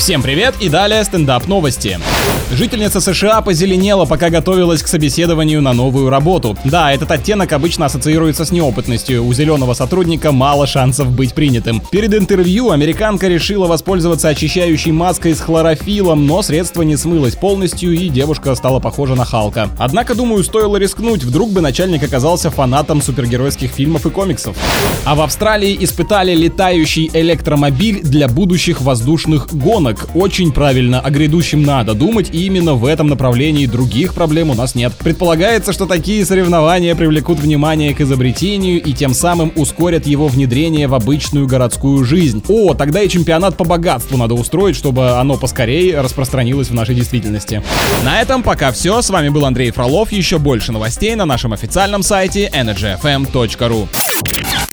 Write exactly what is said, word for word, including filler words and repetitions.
Всем привет и далее стендап-новости. Жительница США позеленела, пока готовилась к собеседованию на новую работу. Да, этот оттенок обычно ассоциируется с неопытностью. У зеленого сотрудника мало шансов быть принятым. Перед интервью американка решила воспользоваться очищающей маской с хлорофиллом, но средство не смылось полностью, и девушка стала похожа на Халка. Однако, думаю, стоило рискнуть, вдруг бы начальник оказался фанатом супергеройских фильмов и комиксов. А в Австралии испытали летающий электромобиль для будущих воздушных гонок. Очень правильно, о грядущем надо думать, и именно в этом направлении других проблем у нас нет. Предполагается, что такие соревнования привлекут внимание к изобретению и тем самым ускорят его внедрение в обычную городскую жизнь. О, тогда и чемпионат по богатству надо устроить, чтобы оно поскорее распространилось в нашей действительности. На этом пока все. С вами был Андрей Фролов. Еще больше новостей на нашем официальном сайте энерджи эф эм точка ру.